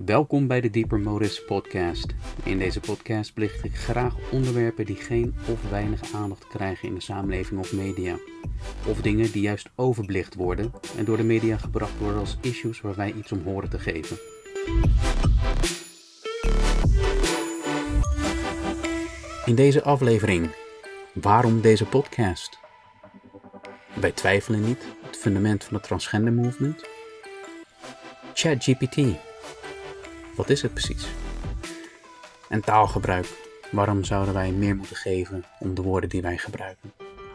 Welkom bij de Deeper Motives podcast. In deze podcast belicht ik graag onderwerpen die geen of weinig aandacht krijgen in de samenleving of media. Of dingen die juist overbelicht worden en door de media gebracht worden als issues waar wij iets om horen te geven. In deze aflevering, waarom deze podcast? Wij twijfelen niet, het fundament van het transgender movement. ChatGPT. Wat is het precies? En taalgebruik. Waarom zouden wij meer moeten geven om de woorden die wij gebruiken?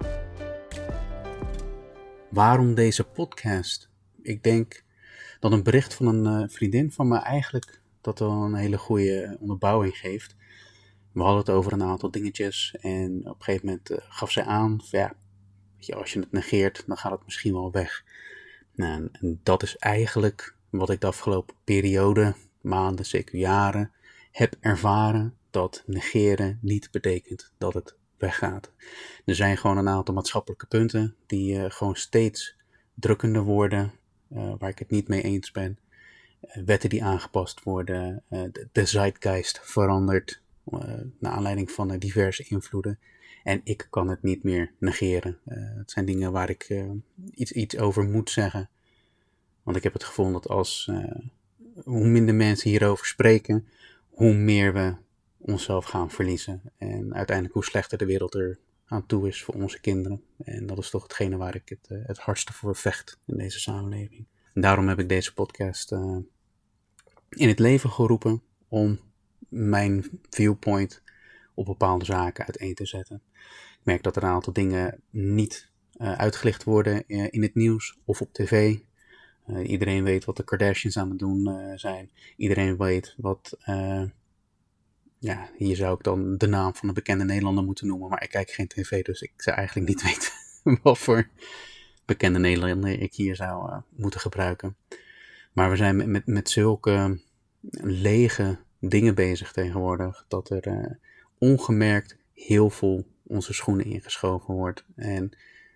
Waarom deze podcast? Ik denk dat een bericht van een vriendin van me eigenlijk dat wel een hele goede onderbouwing geeft. We hadden het over een aantal dingetjes en op een gegeven moment gaf zij aan, als je het negeert, dan gaat het misschien wel weg. Nou, en dat is eigenlijk wat ik de afgelopen periode, maanden, zeker jaren, heb ervaren, dat negeren niet betekent dat het weggaat. Er zijn gewoon een aantal maatschappelijke punten die gewoon steeds drukkender worden, waar ik het niet mee eens ben. Wetten die aangepast worden, de zeitgeist verandert, naar aanleiding van diverse invloeden. En ik kan het niet meer negeren. Het zijn dingen waar ik iets over moet zeggen. Want ik heb het gevoel dat hoe minder mensen hierover spreken, hoe meer we onszelf gaan verliezen. En uiteindelijk hoe slechter de wereld er aan toe is voor onze kinderen. En dat is toch hetgene waar ik het hardste voor vecht in deze samenleving. En daarom heb ik deze podcast in het leven geroepen om mijn viewpoint op bepaalde zaken uiteen te zetten. Ik merk dat er een aantal dingen niet uitgelicht worden in het nieuws of op tv. Iedereen weet wat de Kardashians aan het doen zijn. Iedereen weet wat... hier zou ik dan de naam van een bekende Nederlander moeten noemen. Maar ik kijk geen tv, dus ik zou eigenlijk niet weten wat voor bekende Nederlander ik hier zou moeten gebruiken. Maar we zijn met zulke lege dingen bezig tegenwoordig, dat er ongemerkt heel veel onze schoenen ingeschoven wordt. En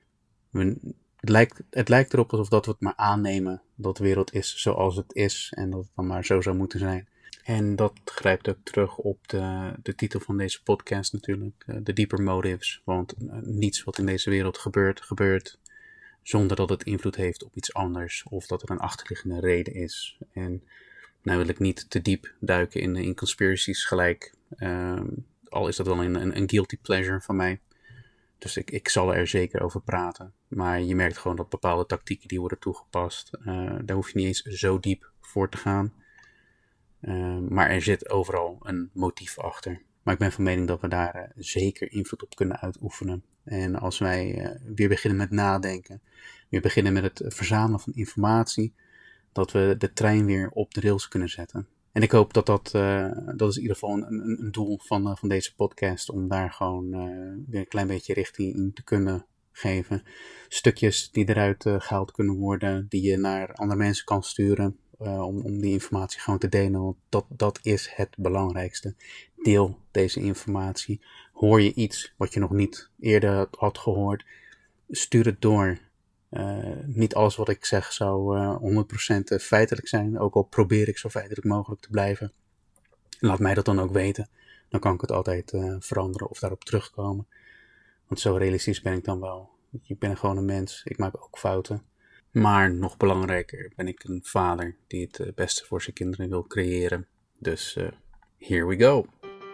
het lijkt erop alsof dat we het maar aannemen dat de wereld is zoals het is en dat het dan maar zo zou moeten zijn. En dat grijpt ook terug op de titel van deze podcast natuurlijk, de Deeper Motives. Want niets wat in deze wereld gebeurt zonder dat het invloed heeft op iets anders of dat er een achterliggende reden is. En nou wil ik niet te diep duiken in conspiracies gelijk, al is dat wel een guilty pleasure van mij. Dus ik zal er zeker over praten. Maar je merkt gewoon dat bepaalde tactieken die worden toegepast, daar hoef je niet eens zo diep voor te gaan. Maar er zit overal een motief achter. Maar ik ben van mening dat we daar zeker invloed op kunnen uitoefenen. En als wij weer beginnen met nadenken, weer beginnen met het verzamelen van informatie, dat we de trein weer op de rails kunnen zetten. En ik hoop dat is in ieder geval een doel van deze podcast, om daar gewoon weer een klein beetje richting in te kunnen geven. Stukjes die eruit gehaald kunnen worden, die je naar andere mensen kan sturen, om die informatie gewoon te delen. Want dat is het belangrijkste. Deel deze informatie. Hoor je iets wat je nog niet eerder had gehoord, stuur het door. Niet alles wat ik zeg zou 100% feitelijk zijn, ook al probeer ik zo feitelijk mogelijk te blijven. Laat mij dat dan ook weten, dan kan ik het altijd veranderen of daarop terugkomen. Want zo realistisch ben ik dan wel. Ik ben gewoon een mens, ik maak ook fouten. Maar nog belangrijker ben ik een vader die het beste voor zijn kinderen wil creëren. Dus here we go.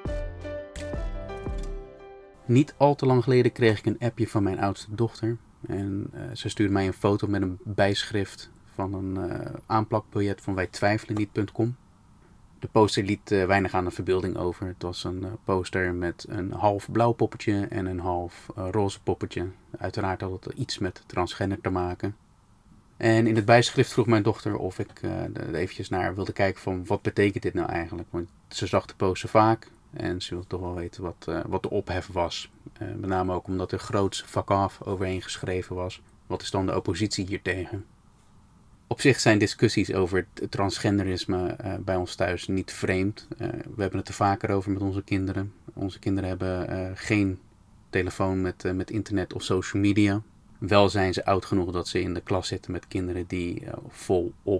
Niet al te lang geleden kreeg ik een appje van mijn oudste dochter. En ze stuurde mij een foto met een bijschrift van een aanplakbiljet van wijtwijfelenniet.com. De poster liet weinig aan de verbeelding over. Het was een poster met een half blauw poppetje en een half roze poppetje. Uiteraard had het iets met transgender te maken. En in het bijschrift vroeg mijn dochter of ik er eventjes naar wilde kijken van wat betekent dit nou eigenlijk. Want ze zag de poster vaak en ze wilde toch wel weten wat de ophef was. Met name ook omdat er groots fuck off overheen geschreven was. Wat is dan de oppositie hiertegen? Op zich zijn discussies over het transgenderisme bij ons thuis niet vreemd. We hebben het er vaker over met onze kinderen. Onze kinderen hebben geen telefoon met internet of social media. Wel zijn ze oud genoeg dat ze in de klas zitten met kinderen die volop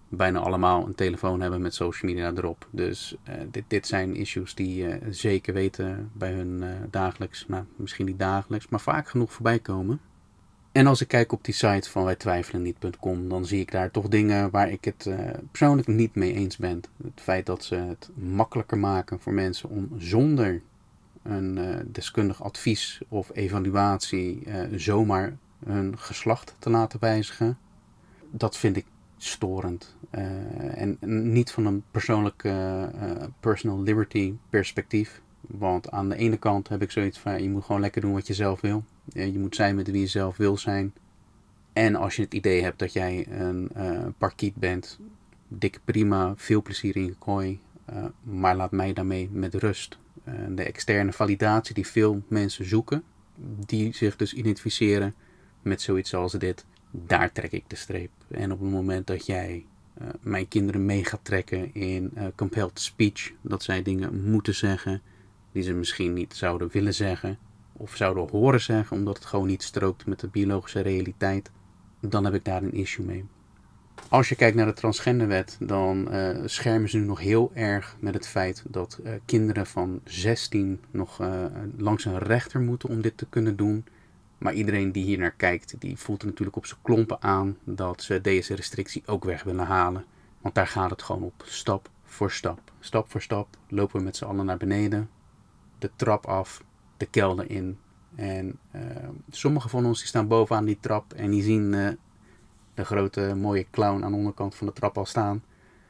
bijna allemaal een telefoon hebben met social media erop. Dus dit zijn issues die zeker weten bij hun dagelijks, nou misschien niet dagelijks, maar vaak genoeg voorbij komen. En als ik kijk op die site van wijtwijfelenniet.com, dan zie ik daar toch dingen waar ik het persoonlijk niet mee eens ben. Het feit dat ze het makkelijker maken voor mensen om zonder een deskundig advies of evaluatie zomaar hun geslacht te laten wijzigen. Dat vind ik storend. En niet van een persoonlijk personal liberty perspectief. Want aan de ene kant heb ik zoiets van, je moet gewoon lekker doen wat je zelf wil. Je moet zijn met wie je zelf wil zijn. En als je het idee hebt dat jij een parkiet bent, dik prima, veel plezier in je kooi. Maar laat mij daarmee met rust. De externe validatie die veel mensen zoeken, die zich dus identificeren met zoiets als dit, daar trek ik de streep. En op het moment dat jij mijn kinderen mee gaat trekken in compelled speech, dat zij dingen moeten zeggen die ze misschien niet zouden willen zeggen of zouden horen zeggen, omdat het gewoon niet strookt met de biologische realiteit, dan heb ik daar een issue mee. Als je kijkt naar de transgenderwet, dan schermen ze nu nog heel erg met het feit dat kinderen van 16 nog langs een rechter moeten om dit te kunnen doen. Maar iedereen die hier naar kijkt, die voelt er natuurlijk op zijn klompen aan dat ze deze restrictie ook weg willen halen. Want daar gaat het gewoon op, stap voor stap. Stap voor stap lopen we met z'n allen naar beneden, de trap af, de kelder in. En sommigen van ons die staan bovenaan die trap en die zien de grote mooie clown aan de onderkant van de trap al staan.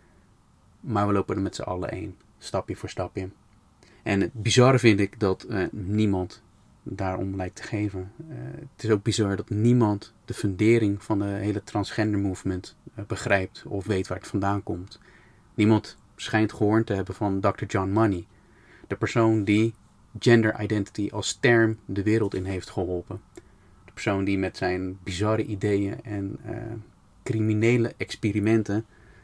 Maar we lopen er met z'n allen heen, stapje voor stapje. En het bizarre vind ik dat niemand daarom lijkt te geven. Het is ook bizar dat niemand de fundering van de hele transgender movement begrijpt of weet waar het vandaan komt. Niemand schijnt gehoord te hebben van Dr. John Money. De persoon die gender identity als term de wereld in heeft geholpen. De persoon die met zijn bizarre ideeën en criminele experimenten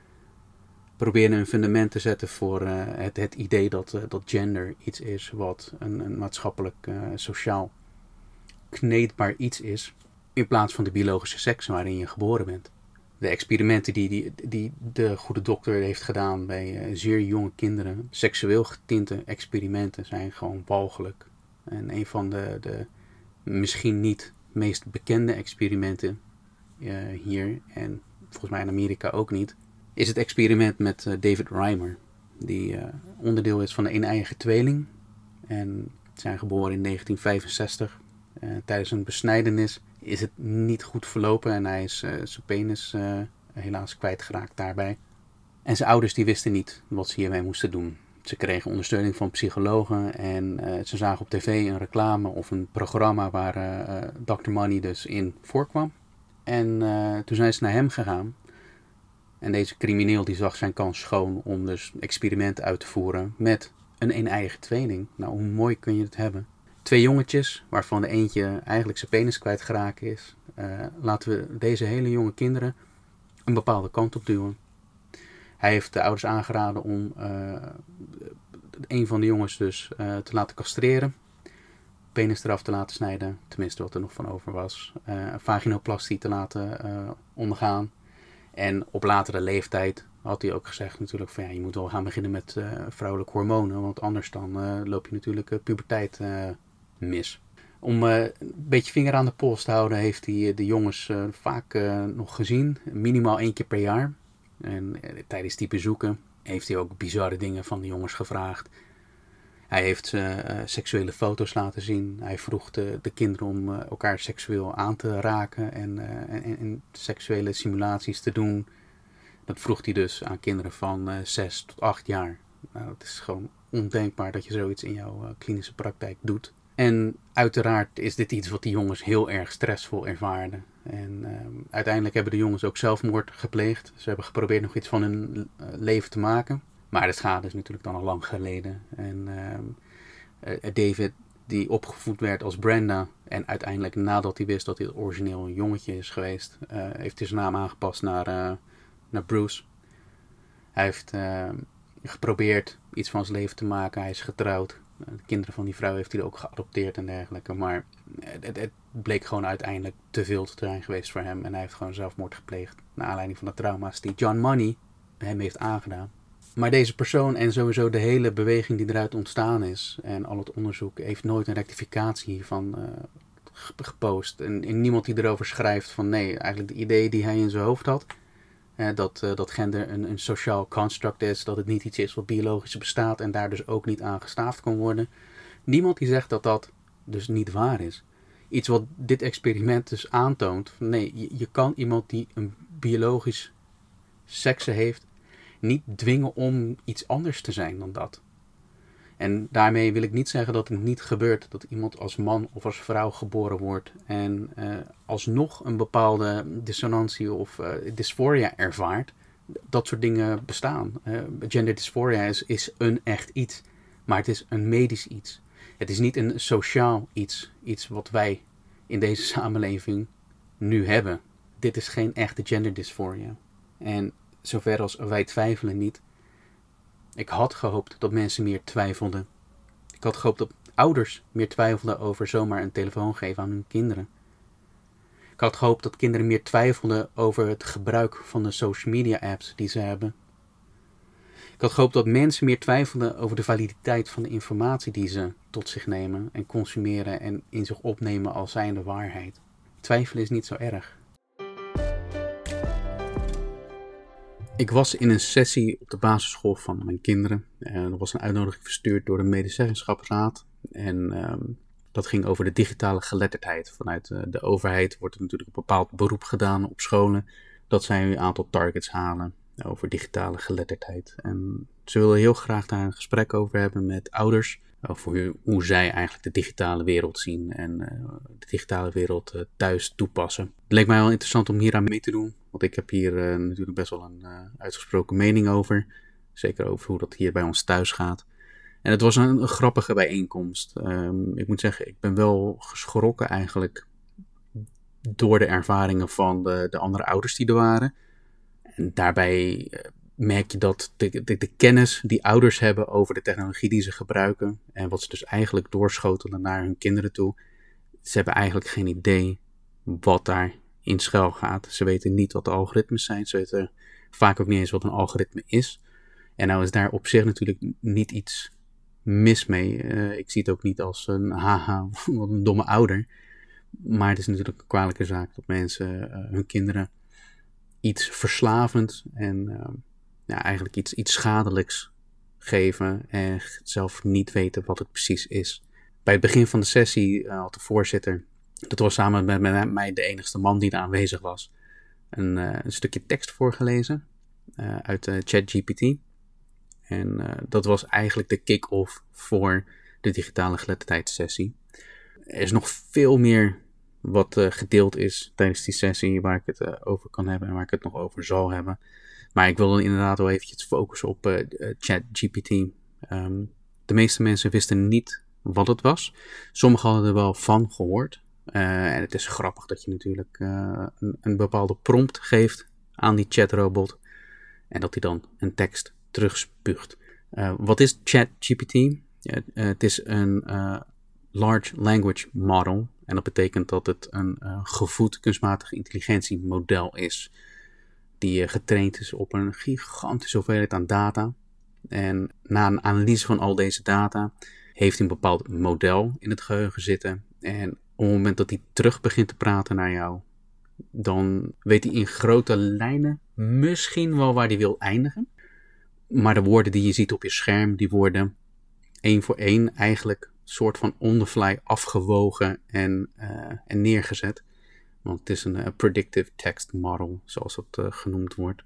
probeerde een fundament te zetten voor het idee dat gender iets is wat een maatschappelijk, sociaal kneedbaar iets is, in plaats van de biologische seks waarin je geboren bent. De experimenten die de goede dokter heeft gedaan bij zeer jonge kinderen, seksueel getinte experimenten, zijn gewoon walgelijk. En een van de misschien niet meest bekende experimenten hier, en volgens mij in Amerika ook niet, is het experiment met David Reimer, die onderdeel is van de een-eigen tweeling. En zijn geboren in 1965. Tijdens een besnijdenis is het niet goed verlopen en hij is zijn penis helaas kwijtgeraakt daarbij. En zijn ouders die wisten niet wat ze hiermee moesten doen. Ze kregen ondersteuning van psychologen en ze zagen op tv een reclame of een programma waar Dr. Money dus in voorkwam. En toen zijn ze naar hem gegaan. En deze crimineel die zag zijn kans schoon om dus experimenten uit te voeren met een eigen tweeling. Nou, hoe mooi kun je het hebben? 2 jongetjes, waarvan de eentje eigenlijk zijn penis kwijtgeraakt is. Laten we deze hele jonge kinderen een bepaalde kant op duwen. Hij heeft de ouders aangeraden om een van de jongens dus te laten castreren. Penis eraf te laten snijden, tenminste wat er nog van over was. Vaginoplastie te laten ondergaan. En op latere leeftijd had hij ook gezegd natuurlijk van ja, je moet wel gaan beginnen met vrouwelijke hormonen. Want anders dan loop je natuurlijk puberteit mis. Om een beetje vinger aan de pols te houden heeft hij de jongens vaak nog gezien. Minimaal 1 keer per jaar. En tijdens die bezoeken heeft hij ook bizarre dingen van de jongens gevraagd. Hij heeft seksuele foto's laten zien. Hij vroeg de kinderen om elkaar seksueel aan te raken en seksuele simulaties te doen. Dat vroeg hij dus aan kinderen van 6 tot 8 jaar. Nou, het is gewoon ondenkbaar dat je zoiets in jouw klinische praktijk doet. En uiteraard is dit iets wat die jongens heel erg stressvol ervaarden. En uiteindelijk hebben de jongens ook zelfmoord gepleegd. Ze hebben geprobeerd nog iets van hun leven te maken. Maar de schade is natuurlijk dan al lang geleden. En David, die opgevoed werd als Brenda. En uiteindelijk nadat hij wist dat hij origineel een jongetje is geweest, heeft hij zijn naam aangepast naar Bruce. Hij heeft geprobeerd iets van zijn leven te maken. Hij is getrouwd. De kinderen van die vrouw heeft hij ook geadopteerd en dergelijke. Maar het bleek gewoon uiteindelijk te veel te zijn geweest voor hem. En hij heeft gewoon zelfmoord gepleegd. Naar aanleiding van de trauma's die John Money hem heeft aangedaan. Maar deze persoon en sowieso de hele beweging die eruit ontstaan is en al het onderzoek heeft nooit een rectificatie hiervan gepost. En niemand die erover schrijft van nee, eigenlijk de idee die hij in zijn hoofd had, dat gender een sociaal construct is, dat het niet iets is wat biologisch bestaat en daar dus ook niet aan gestaafd kan worden. Niemand die zegt dat dat dus niet waar is. Iets wat dit experiment dus aantoont, van nee, je kan iemand die een biologisch sekse heeft niet dwingen om iets anders te zijn dan dat. En daarmee wil ik niet zeggen dat het niet gebeurt dat iemand als man of als vrouw geboren wordt en alsnog een bepaalde dissonantie of dysphoria ervaart. Dat soort dingen bestaan. Gender dysphoria is een echt iets, maar het is een medisch iets. Het is niet een sociaal iets wat wij in deze samenleving nu hebben. Dit is geen echte gender dysphoria. En zover als wij twijfelen niet. Ik had gehoopt dat mensen meer twijfelden. Ik had gehoopt dat ouders meer twijfelden over zomaar een telefoon geven aan hun kinderen. Ik had gehoopt dat kinderen meer twijfelden over het gebruik van de social media apps die ze hebben. Ik had gehoopt dat mensen meer twijfelden over de validiteit van de informatie die ze tot zich nemen en consumeren en in zich opnemen als zijnde waarheid. Twijfelen is niet zo erg. Ik was in een sessie op de basisschool van mijn kinderen. Er was een uitnodiging verstuurd door de medezeggenschapsraad. En dat ging over de digitale geletterdheid. Vanuit de overheid wordt er natuurlijk een bepaald beroep gedaan op scholen. Dat zij een aantal targets halen over digitale geletterdheid. En ze willen heel graag daar een gesprek over hebben met ouders. Over hoe zij eigenlijk de digitale wereld zien en de digitale wereld thuis toepassen. Het leek mij wel interessant om hier aan mee te doen. Want ik heb hier natuurlijk best wel een uitgesproken mening over. Zeker over hoe dat hier bij ons thuis gaat. En het was een grappige bijeenkomst. Ik moet zeggen, ik ben wel geschrokken eigenlijk door de ervaringen van de andere ouders die er waren. En daarbij merk je dat de kennis die ouders hebben over de technologie die ze gebruiken en wat ze dus eigenlijk doorschotelen naar hun kinderen toe, ze hebben eigenlijk geen idee wat daar in schuil gaat. Ze weten niet wat de algoritmes zijn, ze weten vaak ook niet eens wat een algoritme is. En nou is daar op zich natuurlijk niet iets mis mee. Ik zie het ook niet als een haha, wat een domme ouder. Maar het is natuurlijk een kwalijke zaak dat mensen hun kinderen iets verslavends en eigenlijk iets schadelijks geven en zelf niet weten wat het precies is. Bij het begin van de sessie had de voorzitter, dat was samen met mij de enigste man die er aanwezig was, een stukje tekst voorgelezen uit ChatGPT. En dat was eigenlijk de kick-off voor de digitale geletterdheidssessie. Er is nog veel meer wat gedeeld is tijdens die sessie waar ik het over kan hebben en waar ik het nog over zal hebben. Maar ik wil inderdaad wel eventjes focussen op ChatGPT. De meeste mensen wisten niet wat het was. Sommigen hadden er wel van gehoord. En het is grappig dat je natuurlijk een bepaalde prompt geeft aan die chatrobot. En dat hij dan een tekst terugspuugt. Wat is ChatGPT? Het is een Large Language Model. En dat betekent dat het een gevoed kunstmatige intelligentiemodel is. Die getraind is op een gigantische hoeveelheid aan data. En na een analyse van al deze data heeft hij een bepaald model in het geheugen zitten. En op het moment dat hij terug begint te praten naar jou, dan weet hij in grote lijnen misschien wel waar hij wil eindigen. Maar de woorden die je ziet op je scherm, die worden één voor één eigenlijk soort van on the fly afgewogen en neergezet. Want het is een predictive text model, zoals dat genoemd wordt.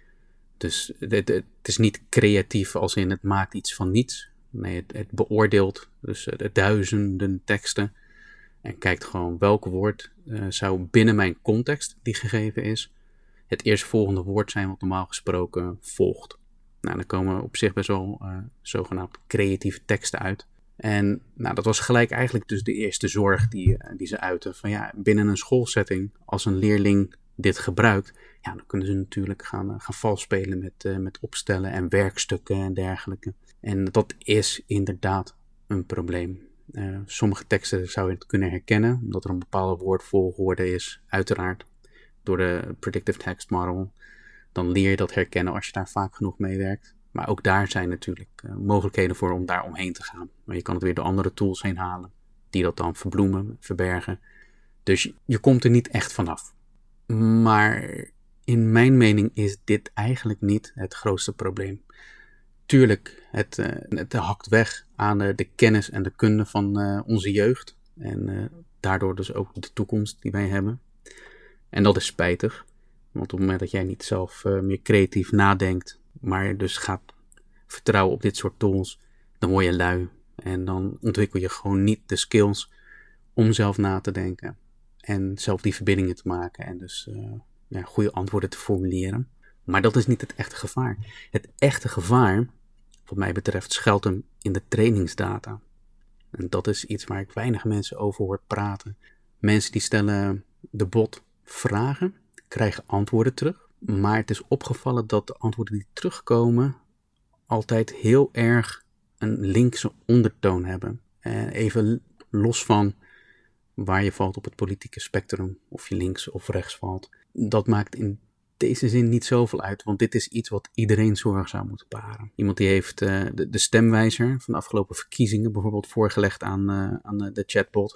Dus het is niet creatief als in het maakt iets van niets. Nee, het beoordeelt dus de duizenden teksten. En kijkt gewoon welk woord zou binnen mijn context die gegeven is het eerstvolgende woord zijn wat normaal gesproken volgt. Nou, dan komen op zich best wel zogenaamd creatieve teksten uit. En nou, dat was gelijk eigenlijk dus de eerste zorg die ze uiten. Van ja, binnen een schoolsetting, als een leerling dit gebruikt, ja, dan kunnen ze natuurlijk gaan vals spelen met opstellen en werkstukken en dergelijke. En dat is inderdaad een probleem. Sommige teksten zou je het kunnen herkennen, omdat er een bepaalde woordvolgorde is, uiteraard, door de Predictive Text Model. Dan leer je dat herkennen als je daar vaak genoeg mee werkt. Maar ook daar zijn natuurlijk mogelijkheden voor om daar omheen te gaan. Maar je kan het weer door andere tools heen halen, die dat dan verbloemen, verbergen. Dus je komt er niet echt vanaf. Maar in mijn mening is dit eigenlijk niet het grootste probleem. Tuurlijk, het hakt weg aan de kennis en de kunde van onze jeugd. En daardoor dus ook de toekomst die wij hebben. En dat is spijtig. Want op het moment dat jij niet zelf meer creatief nadenkt, maar dus gaat vertrouwen op dit soort tools, dan word je lui. En dan ontwikkel je gewoon niet de skills om zelf na te denken. En zelf die verbindingen te maken. En dus goede antwoorden te formuleren. Maar dat is niet het echte gevaar. Het echte gevaar, wat mij betreft, schuilt hem in de trainingsdata. En dat is iets waar ik weinig mensen over hoor praten. Mensen die stellen de bot vragen, krijgen antwoorden terug. Maar het is opgevallen dat de antwoorden die terugkomen altijd heel erg een linkse ondertoon hebben. Even los van waar je valt op het politieke spectrum, of je links of rechts valt. Dat maakt in deze zin niet zoveel uit, want dit is iets wat iedereen zorg zou moeten baren. Iemand die heeft de stemwijzer van de afgelopen verkiezingen bijvoorbeeld voorgelegd aan de chatbot.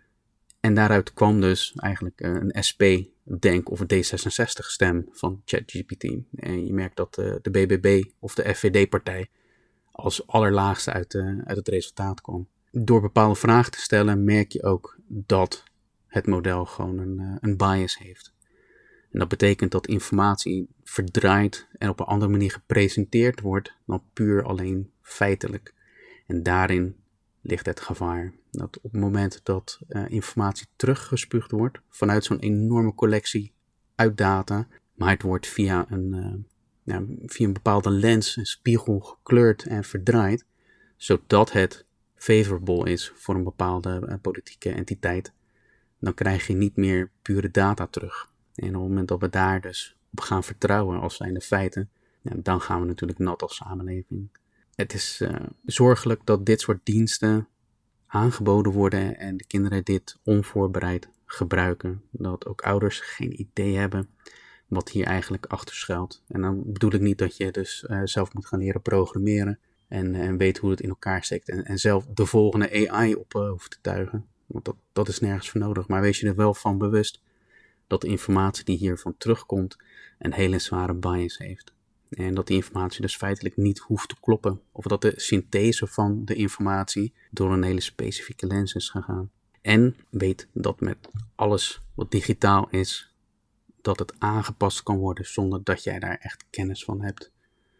En daaruit kwam dus eigenlijk een SP, denk of een D66 stem van ChatGPT. En je merkt dat de BBB of de FVD-partij als allerlaagste uit het resultaat kwam. Door bepaalde vragen te stellen merk je ook dat het model gewoon een bias heeft. En dat betekent dat informatie verdraaid en op een andere manier gepresenteerd wordt dan puur alleen feitelijk. En daarin ligt het gevaar. Dat op het moment dat informatie teruggespuugd wordt vanuit zo'n enorme collectie uit data, maar het wordt via een bepaalde lens, een spiegel gekleurd en verdraaid, zodat het favorable is voor een bepaalde politieke entiteit, dan krijg je niet meer pure data terug. En op het moment dat we daar dus op gaan vertrouwen als zijnde feiten, dan gaan we natuurlijk nat als samenleving. Het is zorgelijk dat dit soort diensten aangeboden worden en de kinderen dit onvoorbereid gebruiken. Dat ook ouders geen idee hebben wat hier eigenlijk achter schuilt. En dan bedoel ik niet dat je dus zelf moet gaan leren programmeren en weet hoe het in elkaar steekt en zelf de volgende AI op hoeft te tuigen. Want dat is nergens voor nodig. Maar wees je er wel van bewust dat de informatie die hiervan terugkomt een hele zware bias heeft. En dat die informatie dus feitelijk niet hoeft te kloppen. Of dat de synthese van de informatie door een hele specifieke lens is gegaan. En weet dat met alles wat digitaal is, dat het aangepast kan worden zonder dat jij daar echt kennis van hebt.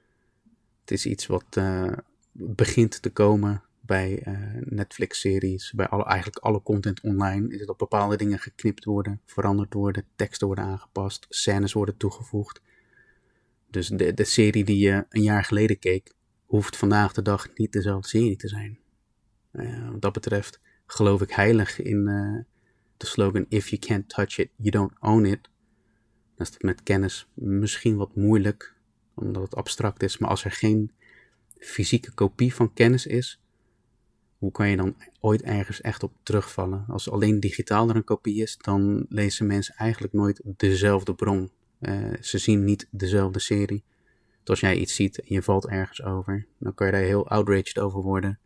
Het is iets wat begint te komen bij Netflix-series, bij eigenlijk alle content online. Is het dat bepaalde dingen geknipt worden, veranderd worden, teksten worden aangepast, scènes worden toegevoegd. Dus de serie die je een jaar geleden keek, hoeft vandaag de dag niet dezelfde serie te zijn. Wat dat betreft geloof ik heilig in de slogan If you can't touch it, you don't own it. Dat is met kennis misschien wat moeilijk, omdat het abstract is. Maar als er geen fysieke kopie van kennis is, hoe kan je dan ooit ergens echt op terugvallen? Als alleen digitaal er een kopie is, dan lezen mensen eigenlijk nooit dezelfde bron. Ze zien niet dezelfde serie. Dus als jij iets ziet en je valt ergens over, dan kan je daar heel outraged over worden.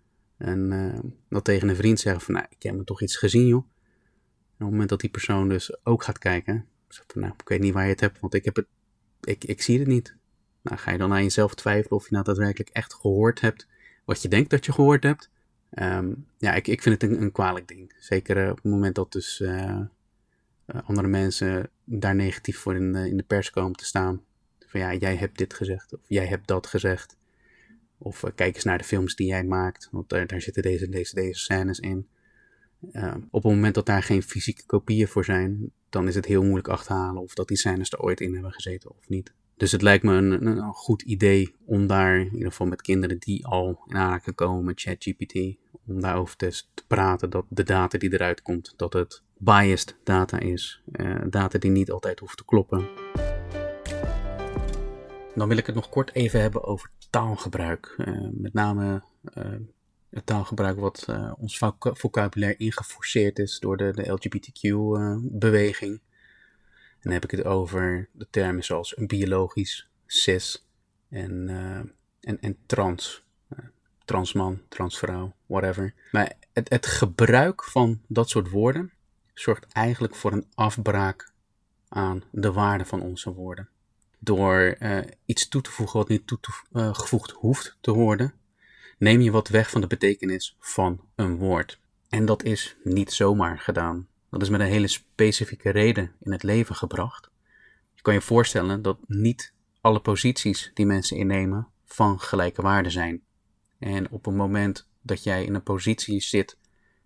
En dat tegen een vriend zeggen van, ik heb me toch iets gezien, joh. En op het moment dat die persoon dus ook gaat kijken, zegt van, ik weet niet waar je het hebt, want ik zie het niet. Nou, ga je dan aan jezelf twijfelen of je nou daadwerkelijk echt gehoord hebt wat je denkt dat je gehoord hebt? Ik vind het een kwalijk ding. Zeker op het moment dat dus andere mensen daar negatief voor in de pers komen te staan. Van jij hebt dit gezegd of jij hebt dat gezegd. Of kijk eens naar de films die jij maakt, want daar zitten deze scènes in. Op het moment dat daar geen fysieke kopieën voor zijn, dan is het heel moeilijk achterhalen of dat die scènes er ooit in hebben gezeten of niet. Dus het lijkt me een goed idee om daar, in ieder geval met kinderen die al in aanraking komen met ChatGPT, om daarover te praten dat de data die eruit komt, dat het biased data is. Data die niet altijd hoeft te kloppen. Dan wil ik het nog kort even hebben over taalgebruik. Met name het taalgebruik wat ons vocabulaire ingeforceerd is door de LGBTQ-beweging. dan heb ik het over de termen zoals biologisch, cis en trans. Transman, transvrouw, whatever. Maar het gebruik van dat soort woorden zorgt eigenlijk voor een afbraak aan de waarde van onze woorden. Door iets toe te voegen wat niet toegevoegd hoeft te worden, neem je wat weg van de betekenis van een woord. En dat is niet zomaar gedaan. Dat is met een hele specifieke reden in het leven gebracht. Je kan je voorstellen dat niet alle posities die mensen innemen van gelijke waarde zijn. En op het moment dat jij in een positie zit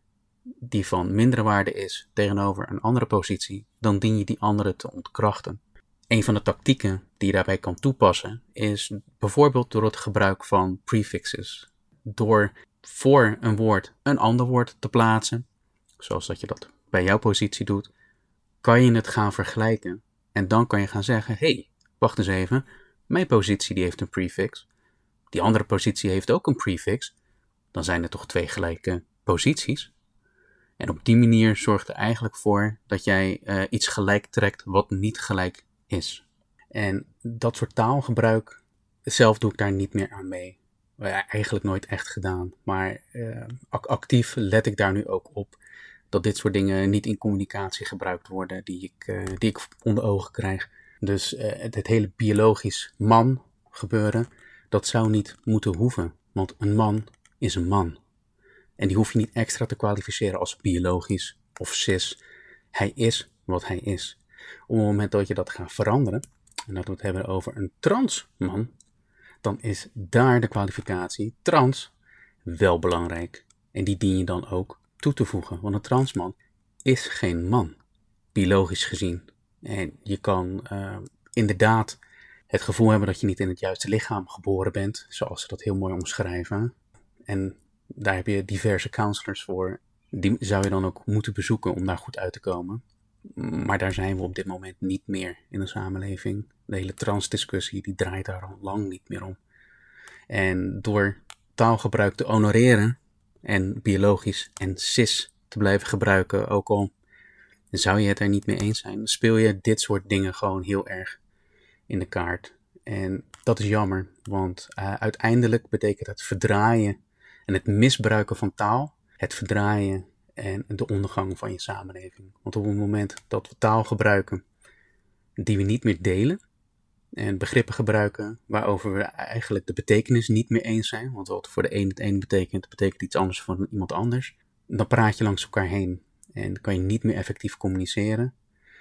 die van mindere waarde is tegenover een andere positie, dan dien je die andere te ontkrachten. Een van de tactieken die je daarbij kan toepassen is bijvoorbeeld door het gebruik van prefixes. Door voor een woord een ander woord te plaatsen, zoals dat je dat bij jouw positie doet, kan je het gaan vergelijken. En dan kan je gaan zeggen, hey, wacht eens even, mijn positie die heeft een prefix, die andere positie heeft ook een prefix, dan zijn er toch 2 gelijke posities. En op die manier zorgt er eigenlijk voor dat jij iets gelijk trekt wat niet gelijk is. En dat soort taalgebruik, zelf doe ik daar niet meer aan mee. Eigenlijk nooit echt gedaan. Maar actief let ik daar nu ook op dat dit soort dingen niet in communicatie gebruikt worden die ik onder ogen krijg. Dus het hele biologisch man gebeuren, dat zou niet moeten hoeven. Want een man is een man. En die hoef je niet extra te kwalificeren als biologisch of cis. Hij is wat hij is. Op het moment dat je dat gaat veranderen, en dat we het hebben over een transman, dan is daar de kwalificatie trans wel belangrijk. En die dien je dan ook toe te voegen. Want een transman is geen man, biologisch gezien. En je kan inderdaad het gevoel hebben dat je niet in het juiste lichaam geboren bent, zoals ze dat heel mooi omschrijven. En daar heb je diverse counselors voor. Die zou je dan ook moeten bezoeken om daar goed uit te komen. Maar daar zijn we op dit moment niet meer in de samenleving. De hele transdiscussie die draait daar al lang niet meer om. En door taalgebruik te honoreren en biologisch en cis te blijven gebruiken, ook al zou je het er niet mee eens zijn, dan speel je dit soort dingen gewoon heel erg in de kaart. En dat is jammer, want uiteindelijk betekent het verdraaien en het misbruiken van taal, het verdraaien en de ondergang van je samenleving. Want op het moment dat we taal gebruiken die we niet meer delen en begrippen gebruiken waarover we eigenlijk de betekenis niet meer eens zijn, want wat voor de een het een betekent, betekent iets anders voor iemand anders, dan praat je langs elkaar heen en kan je niet meer effectief communiceren.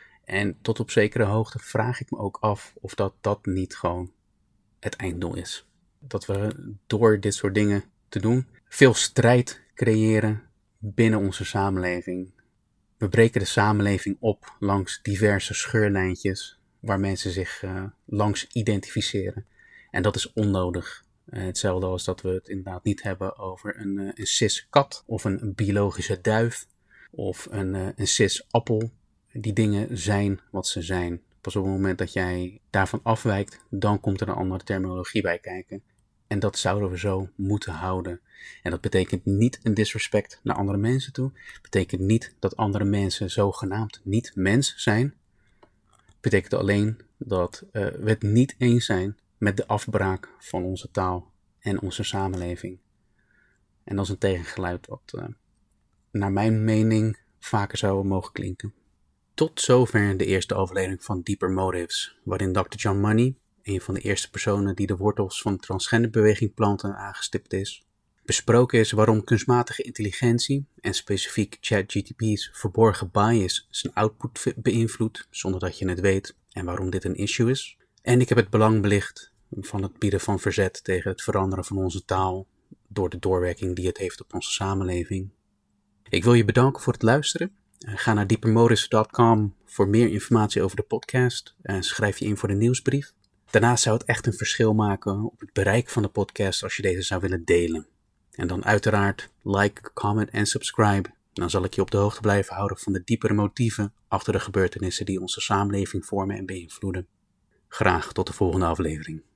En tot op zekere hoogte vraag ik me ook af of dat niet gewoon het einddoel is. Dat we door dit soort dingen te doen veel strijd creëren binnen onze samenleving. We breken de samenleving op langs diverse scheurlijntjes waar mensen zich langs identificeren. En dat is onnodig. Hetzelfde als dat we het inderdaad niet hebben over een cis kat of een biologische duif of een cis appel. Die dingen zijn wat ze zijn. Pas op het moment dat jij daarvan afwijkt, dan komt er een andere terminologie bij kijken. En dat zouden we zo moeten houden. En dat betekent niet een disrespect naar andere mensen toe. Het betekent niet dat andere mensen zogenaamd niet mens zijn. Het betekent alleen dat we het niet eens zijn met de afbraak van onze taal en onze samenleving. En dat is een tegengeluid wat naar mijn mening vaker zou mogen klinken. Tot zover de eerste aflevering van Deeper Motives, waarin Dr. John Money, een van de eerste personen die de wortels van de transgenderbeweging planten, aangestipt is. Besproken is waarom kunstmatige intelligentie en specifiek ChatGPT's verborgen bias zijn output beïnvloedt zonder dat je het weet en waarom dit een issue is. En ik heb het belang belicht van het bieden van verzet tegen het veranderen van onze taal door de doorwerking die het heeft op onze samenleving. Ik wil je bedanken voor het luisteren. Ga naar deepermotives.com voor meer informatie over de podcast en schrijf je in voor de nieuwsbrief. Daarnaast zou het echt een verschil maken op het bereik van de podcast als je deze zou willen delen. En dan uiteraard like, comment en subscribe. Dan zal ik je op de hoogte blijven houden van de diepere motieven achter de gebeurtenissen die onze samenleving vormen en beïnvloeden. Graag tot de volgende aflevering.